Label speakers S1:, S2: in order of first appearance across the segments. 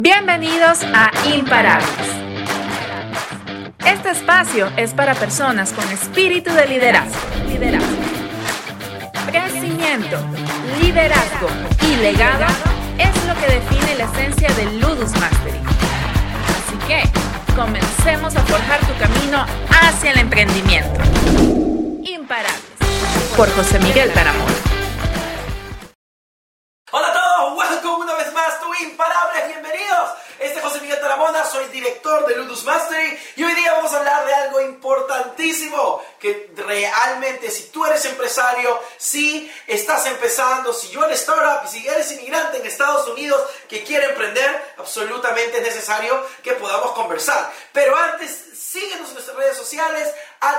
S1: Bienvenidos a Imparables. Este espacio es para personas con espíritu de liderazgo, crecimiento, liderazgo y legado es lo que define la esencia del Ludus Mastery. Así que comencemos a forjar tu camino hacia el emprendimiento. Imparables, por José Miguel Taramona.
S2: Hola a todos, welcome una vez más to Imparables, bienvenidos. Este es José Miguel Taramona, soy director de Ludus Mastery y hoy día vamos a hablar de algo importantísimo que realmente si tú eres empresario, si estás empezando, si yo eres startup y si eres inmigrante en Estados Unidos que quiere emprender, absolutamente es necesario que podamos conversar. Pero antes, síguenos en nuestras redes sociales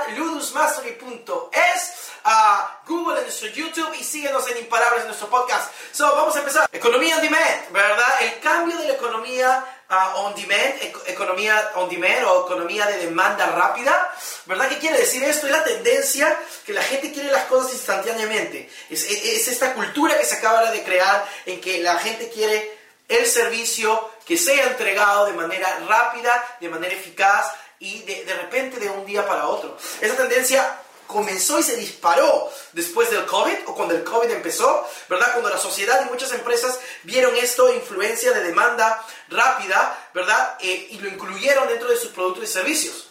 S2: ludusmastery.es, a Google en nuestro YouTube y síguenos en Imparables en nuestro podcast. Vamos a empezar. Economía on demand, ¿verdad? El cambio de la economía on demand, economía on demand o economía de demanda rápida, ¿verdad? ¿Qué quiere decir esto? Es la tendencia que la gente quiere las cosas instantáneamente. Es esta cultura que se acaba de crear en que la gente quiere el servicio que sea entregado de manera rápida, de manera eficaz y de repente de un día para otro. Esa tendencia comenzó y se disparó después del COVID o cuando el COVID empezó, ¿verdad? Cuando la sociedad y muchas empresas vieron esto, influencia de demanda rápida, ¿verdad? Y lo incluyeron dentro de sus productos y servicios.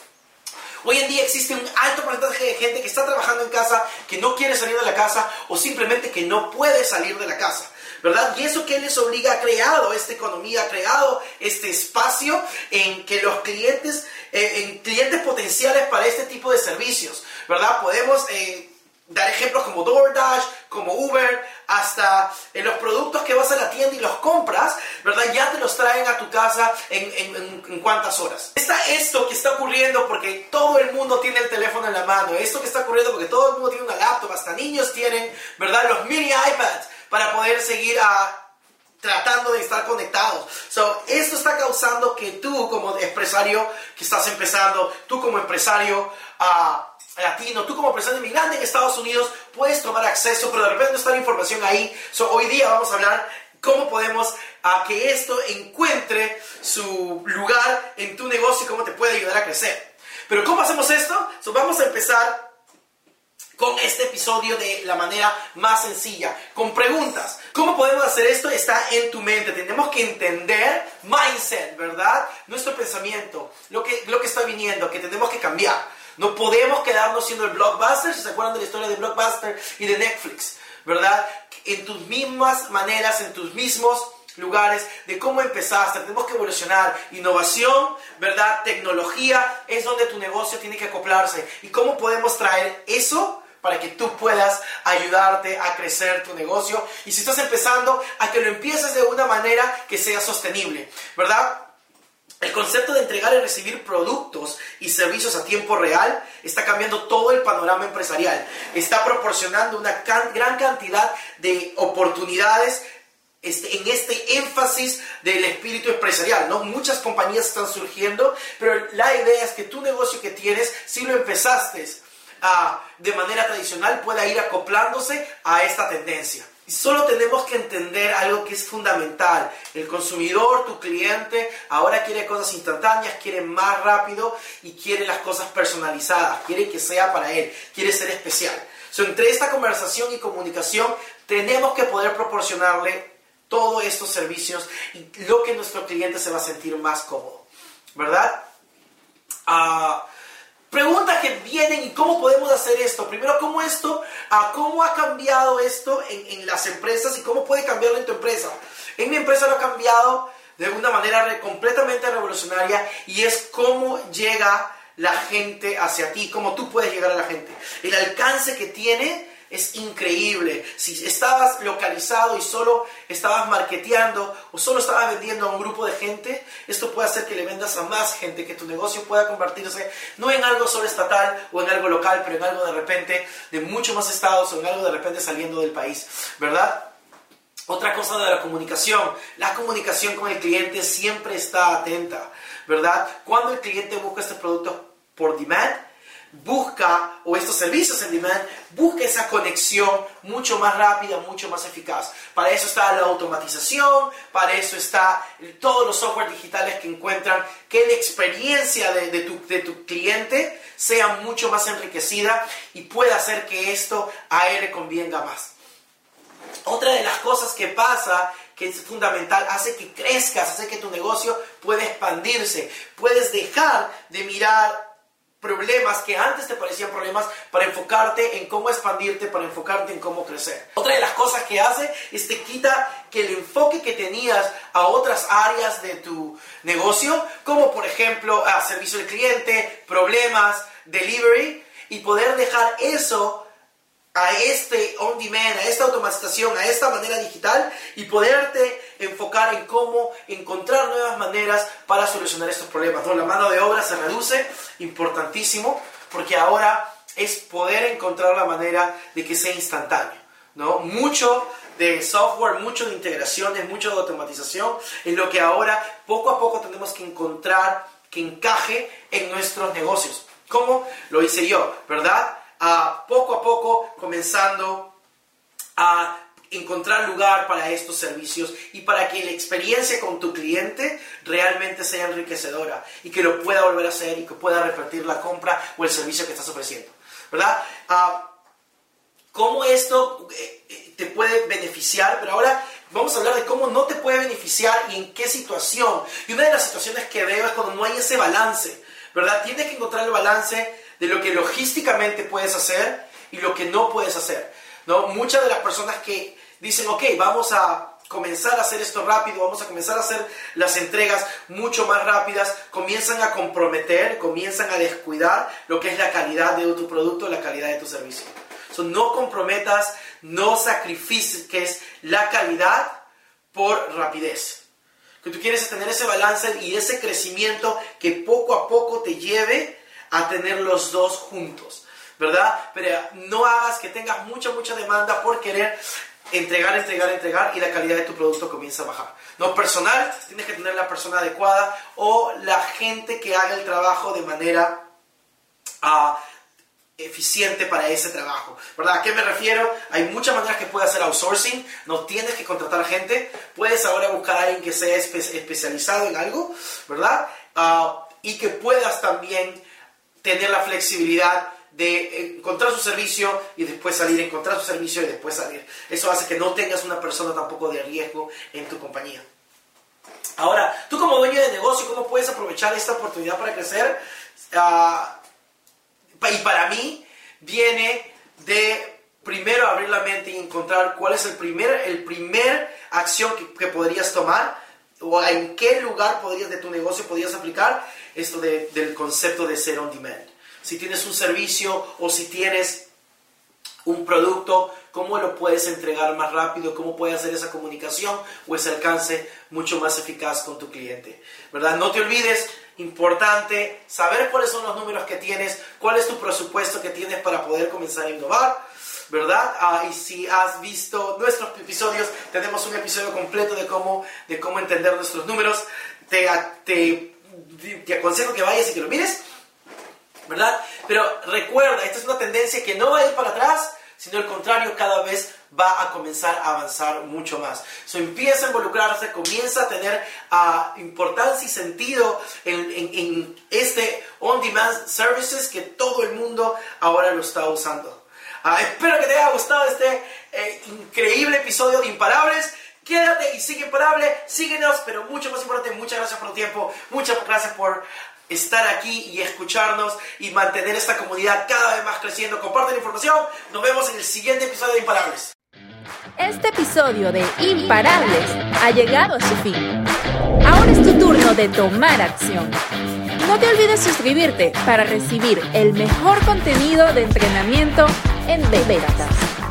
S2: Hoy en día existe un alto porcentaje de gente que está trabajando en casa, que no quiere salir de la casa o simplemente que no puede salir de la casa, ¿verdad? Y eso que les obliga, ha creado esta economía, ha creado este espacio en que los clientes, en clientes potenciales para este tipo de servicios, ¿verdad? Podemos dar ejemplos como DoorDash, como Uber, hasta en los productos que vas a la tienda y los compras, ¿verdad? Ya te los traen a tu casa en cuántas horas. Esto que está ocurriendo porque todo el mundo tiene el teléfono en la mano, esto que está ocurriendo porque todo el mundo tiene una laptop, hasta niños tienen, ¿verdad? Los mini iPads para poder seguir tratando de estar conectados. Esto está causando que tú como empresario que estás empezando, tú como empresario latino, tú como empresario inmigrante en Estados Unidos, puedes tomar acceso, pero de repente no está la información ahí. Hoy día vamos a hablar cómo podemos que esto encuentre su lugar en tu negocio y cómo te puede ayudar a crecer. Pero ¿cómo hacemos esto? Vamos a empezar con este episodio de la manera más sencilla, con preguntas. ¿Cómo podemos hacer esto? Está en tu mente. Tenemos que entender mindset, ¿verdad? Nuestro pensamiento, lo que está viniendo, que tenemos que cambiar. No podemos quedarnos siendo el Blockbuster, si se acuerdan de la historia de Blockbuster y de Netflix, ¿verdad? En tus mismas maneras, en tus mismos lugares de cómo empezaste. Tenemos que evolucionar. Innovación, ¿verdad? Tecnología es donde tu negocio tiene que acoplarse. ¿Y cómo podemos traer eso para que tú puedas ayudarte a crecer tu negocio? Y si estás empezando, a que lo empieces de una manera que sea sostenible, ¿verdad? El concepto de entregar y recibir productos y servicios a tiempo real está cambiando todo el panorama empresarial. Está proporcionando una gran cantidad de oportunidades en este énfasis del espíritu empresarial, ¿no? Muchas compañías están surgiendo, pero la idea es que tu negocio que tienes, si lo empezaste de manera tradicional, pueda ir acoplándose a esta tendencia. Y solo tenemos que entender algo que es fundamental. El consumidor, tu cliente, ahora quiere cosas instantáneas, quiere más rápido y quiere las cosas personalizadas. Quiere que sea para él, quiere ser especial. Entre esta conversación y comunicación, tenemos que poder proporcionarle todos estos servicios y lo que nuestro cliente se va a sentir más cómodo, ¿verdad? Preguntas que vienen y cómo podemos hacer esto. Primero, ¿cómo ha cambiado esto en las empresas y cómo puede cambiarlo en tu empresa? En mi empresa lo ha cambiado de una manera completamente revolucionaria y es cómo llega la gente hacia ti, cómo tú puedes llegar a la gente. El alcance que tiene es increíble. Si estabas localizado y solo estabas marketeando o solo estabas vendiendo a un grupo de gente, esto puede hacer que le vendas a más gente, que tu negocio pueda convertirse no en algo solo estatal o en algo local, pero en algo de repente de muchos más estados o en algo de repente saliendo del país, ¿verdad? Otra cosa de la comunicación con el cliente siempre está atenta, ¿verdad? Cuando el cliente busca este producto por demand, busca, o estos servicios on demand, busca esa conexión mucho más rápida, mucho más eficaz. Para eso está la automatización, para eso está todos los software digitales que encuentran que la experiencia de tu cliente sea mucho más enriquecida y pueda hacer que esto a él le convenga más. Otra de las cosas que pasa, que es fundamental, hace que crezcas, hace que tu negocio pueda expandirse. Puedes dejar de mirar problemas que antes te parecían problemas para enfocarte en cómo expandirte, para enfocarte en cómo crecer. Otra de las cosas que hace es te quita que el enfoque que tenías a otras áreas de tu negocio, como por ejemplo a servicio al cliente, problemas, delivery, y poder dejar eso a este on demand, a esta automatización, a esta manera digital y poderte enfocar en cómo encontrar nuevas maneras para solucionar estos problemas, ¿no? La mano de obra se reduce, importantísimo, porque ahora es poder encontrar la manera de que sea instantáneo, ¿no? Mucho de software, mucho de integraciones, mucho de automatización es lo que ahora poco a poco tenemos que encontrar que encaje en nuestros negocios. ¿Cómo? Lo hice yo, ¿verdad? Poco a poco comenzando a encontrar lugar para estos servicios y para que la experiencia con tu cliente realmente sea enriquecedora y que lo pueda volver a hacer y que pueda repetir la compra o el servicio que estás ofreciendo, ¿verdad? Cómo esto te puede beneficiar, pero ahora vamos a hablar de cómo no te puede beneficiar y en qué situación. Y una de las situaciones que veo es cuando no hay ese balance, ¿verdad? Tienes que encontrar el balance de lo que logísticamente puedes hacer y lo que no puedes hacer, ¿no? Muchas de las personas que dicen, ok, vamos a comenzar a hacer esto rápido, vamos a comenzar a hacer las entregas mucho más rápidas, comienzan a comprometer, comienzan a descuidar lo que es la calidad de tu producto, la calidad de tu servicio. No comprometas, no sacrifiques la calidad por rapidez. Lo que tú quieres es tener ese balance y ese crecimiento que poco a poco te lleve a tener los dos juntos, ¿verdad? Pero no hagas que tengas mucha demanda por querer entregar y la calidad de tu producto comienza a bajar. No, personal, tienes que tener la persona adecuada o la gente que haga el trabajo de manera eficiente para ese trabajo, ¿verdad? ¿A qué me refiero? Hay muchas maneras que puedes hacer outsourcing, no tienes que contratar gente, puedes ahora buscar a alguien que sea especializado en algo, ¿verdad? Y que puedas también tener la flexibilidad de encontrar su servicio y después salir, encontrar su servicio y después salir. Eso hace que no tengas una persona tampoco de riesgo en tu compañía. Ahora, tú como dueño de negocio, ¿cómo puedes aprovechar esta oportunidad para crecer? Y para mí viene de primero abrir la mente y encontrar cuál es el primer acción que podrías tomar o en qué lugar de tu negocio podrías aplicar esto del concepto de ser on demand. Si tienes un servicio o si tienes un producto, ¿cómo lo puedes entregar más rápido? ¿Cómo puedes hacer esa comunicación o ese alcance mucho más eficaz con tu cliente? ¿Verdad? No te olvides, importante, saber cuáles son los números que tienes, cuál es tu presupuesto que tienes para poder comenzar a innovar, ¿verdad? Y si has visto nuestros episodios, tenemos un episodio completo de cómo entender nuestros números. Te aconsejo que vayas y que lo mires, ¿verdad? Pero recuerda, esta es una tendencia que no va a ir para atrás, sino al contrario, cada vez va a comenzar a avanzar mucho más. Empieza a involucrarse, comienza a tener importancia y sentido en este on-demand services que todo el mundo ahora lo está usando. Espero que te haya gustado este increíble episodio de Imparables. Quédate y sigue imparable, síguenos, pero mucho más importante, muchas gracias por tu tiempo, muchas gracias por estar aquí y escucharnos y mantener esta comunidad cada vez más creciendo. Comparte la información, nos vemos en el siguiente episodio de Imparables.
S1: Este episodio de Imparables ha llegado a su fin. Ahora es tu turno de tomar acción. No te olvides suscribirte para recibir el mejor contenido de entrenamiento en ventas.